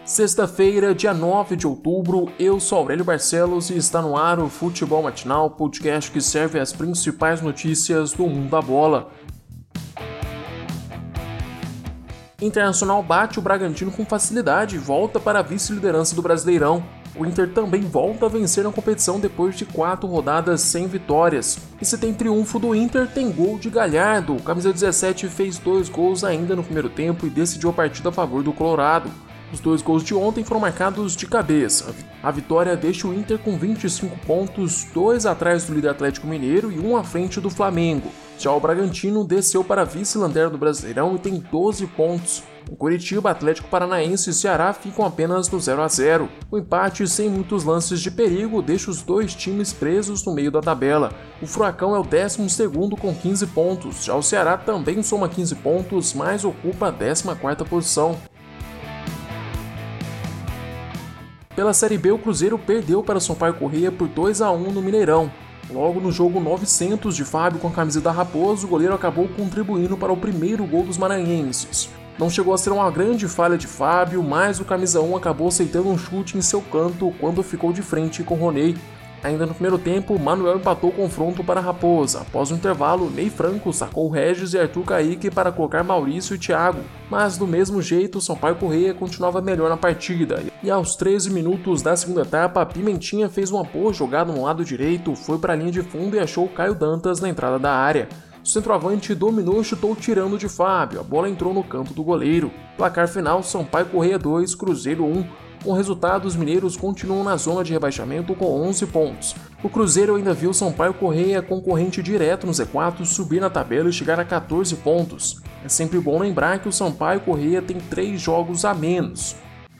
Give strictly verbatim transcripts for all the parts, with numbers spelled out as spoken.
Sexta-feira, dia nove de outubro, eu sou Aurélio Barcelos e está no ar o Futebol Matinal, podcast que serve as principais notícias do mundo da bola. Internacional bate o Bragantino com facilidade e volta para a vice-liderança do Brasileirão. O Inter também volta a vencer na competição depois de quatro rodadas sem vitórias. E se tem triunfo do Inter, tem gol de Galhardo. O camisa dezessete fez dois gols ainda no primeiro tempo e decidiu a partida a favor do Colorado. Os dois gols de ontem foram marcados de cabeça. A vitória deixa o Inter com vinte e cinco pontos, dois atrás do líder Atlético Mineiro e um à frente do Flamengo. Já o Bragantino desceu para a vice-lanterna do Brasileirão e tem doze pontos. Em Curitiba, Atlético Paranaense e Ceará ficam apenas no zero a zero. O empate, sem muitos lances de perigo, deixa os dois times presos no meio da tabela. O Furacão é o décimo segundo com quinze pontos, já o Ceará também soma quinze pontos, mas ocupa a décima quarta posição. Pela Série B, o Cruzeiro perdeu para o Sampaio Corrêa por dois a um no Mineirão. Logo no jogo novecentos de Fábio com a camisa da Raposa, o goleiro acabou contribuindo para o primeiro gol dos maranhenses. Não chegou a ser uma grande falha de Fábio, mas o camisa um acabou aceitando um chute em seu canto quando ficou de frente com Roney. Ainda no primeiro tempo, Manuel empatou o confronto para a Raposa. Após o intervalo, Ney Franco sacou Regis e Arthur Caíque para colocar Maurício e Thiago. Mas do mesmo jeito, o Sampaio Corrêa continuava melhor na partida. E aos treze minutos da segunda etapa, Pimentinha fez uma boa jogada no lado direito, foi para a linha de fundo e achou Caio Dantas na entrada da área. O centroavante dominou e chutou tirando de Fábio. A bola entrou no canto do goleiro. Placar final, Sampaio Corrêa dois, Cruzeiro um. Com o resultado, os mineiros continuam na zona de rebaixamento com onze pontos. O Cruzeiro ainda viu Sampaio Corrêa, concorrente direto no Z quatro, subir na tabela e chegar a catorze pontos. É sempre bom lembrar que o Sampaio Corrêa tem três jogos a menos.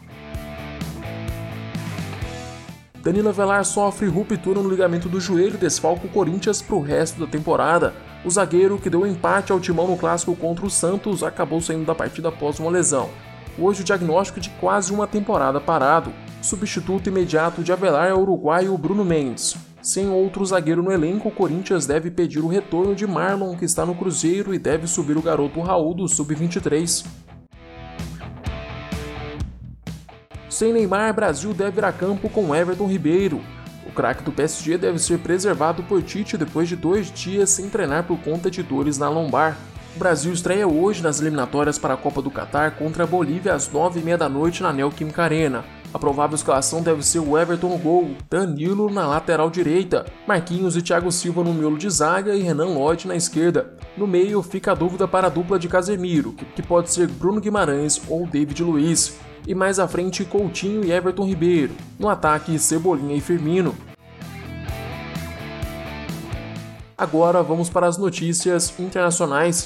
Danilo Avelar sofre ruptura no ligamento do joelho e desfalca o Corinthians para o resto da temporada. O zagueiro, que deu um empate ao Timão no clássico contra o Santos, acabou saindo da partida após uma lesão. Hoje o diagnóstico de quase uma temporada parado. O substituto imediato de Avelar é o uruguaio Bruno Mendes. Sem outro zagueiro no elenco, o Corinthians deve pedir o retorno de Marlon, que está no Cruzeiro, e deve subir o garoto Raul do sub vinte e três. Sem Neymar, Brasil deve ir a campo com Everton Ribeiro. O craque do P S G deve ser preservado por Tite depois de dois dias sem treinar por conta de dores na lombar. O Brasil estreia hoje nas eliminatórias para a Copa do Catar contra a Bolívia às nove e meia da noite na Neoquímica Arena. A provável escalação deve ser o Everton no gol, Danilo na lateral direita, Marquinhos e Thiago Silva no miolo de zaga e Renan Lodge na esquerda. No meio fica a dúvida para a dupla de Casemiro, que pode ser Bruno Guimarães ou David Luiz. E mais à frente Coutinho e Everton Ribeiro. No ataque, Cebolinha e Firmino. Agora vamos para as notícias internacionais.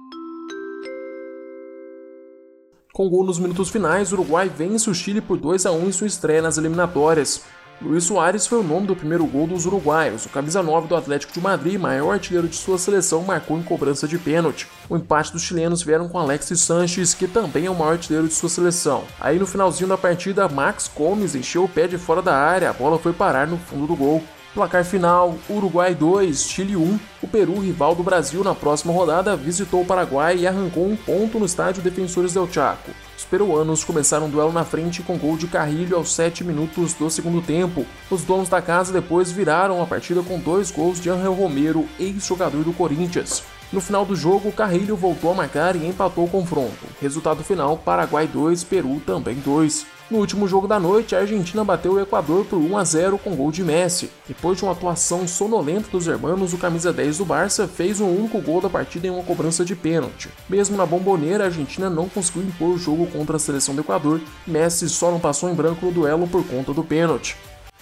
Com gol nos minutos finais, o Uruguai vence o Chile por dois a um em sua estreia nas eliminatórias. Luis Suárez foi o nome do primeiro gol dos uruguaios. O camisa nove do Atlético de Madrid, maior artilheiro de sua seleção, marcou em cobrança de pênalti. O empate dos chilenos vieram com Alexis Sánchez, que também é o maior artilheiro de sua seleção. Aí no finalzinho da partida, Max Gomes encheu o pé de fora da área, a bola foi parar no fundo do gol. Placar final, Uruguai dois, Chile um. O Peru, rival do Brasil na próxima rodada, visitou o Paraguai e arrancou um ponto no estádio Defensores del Chaco. Os peruanos começaram o duelo na frente com gol de Carrilho aos sete minutos do segundo tempo. Os donos da casa depois viraram a partida com dois gols de Ángel Romero, ex-jogador do Corinthians. No final do jogo, Carrilho voltou a marcar e empatou o confronto. Resultado final, Paraguai dois, Peru também dois. No último jogo da noite, a Argentina bateu o Equador por um a zero com gol de Messi. Depois de uma atuação sonolenta dos hermanos, o camisa dez do Barça fez o único gol da partida em uma cobrança de pênalti. Mesmo na Bombonera, a Argentina não conseguiu impor o jogo contra a seleção do Equador. Messi só não passou em branco no duelo por conta do pênalti.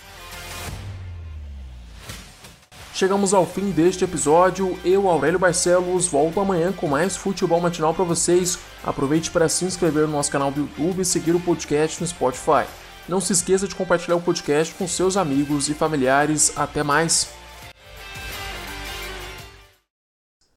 Chegamos ao fim deste episódio. Eu, Aurélio Barcelos, volto amanhã com mais futebol matinal para vocês. Aproveite para se inscrever no nosso canal do YouTube e seguir o podcast no Spotify. Não se esqueça de compartilhar o podcast com seus amigos e familiares. Até mais!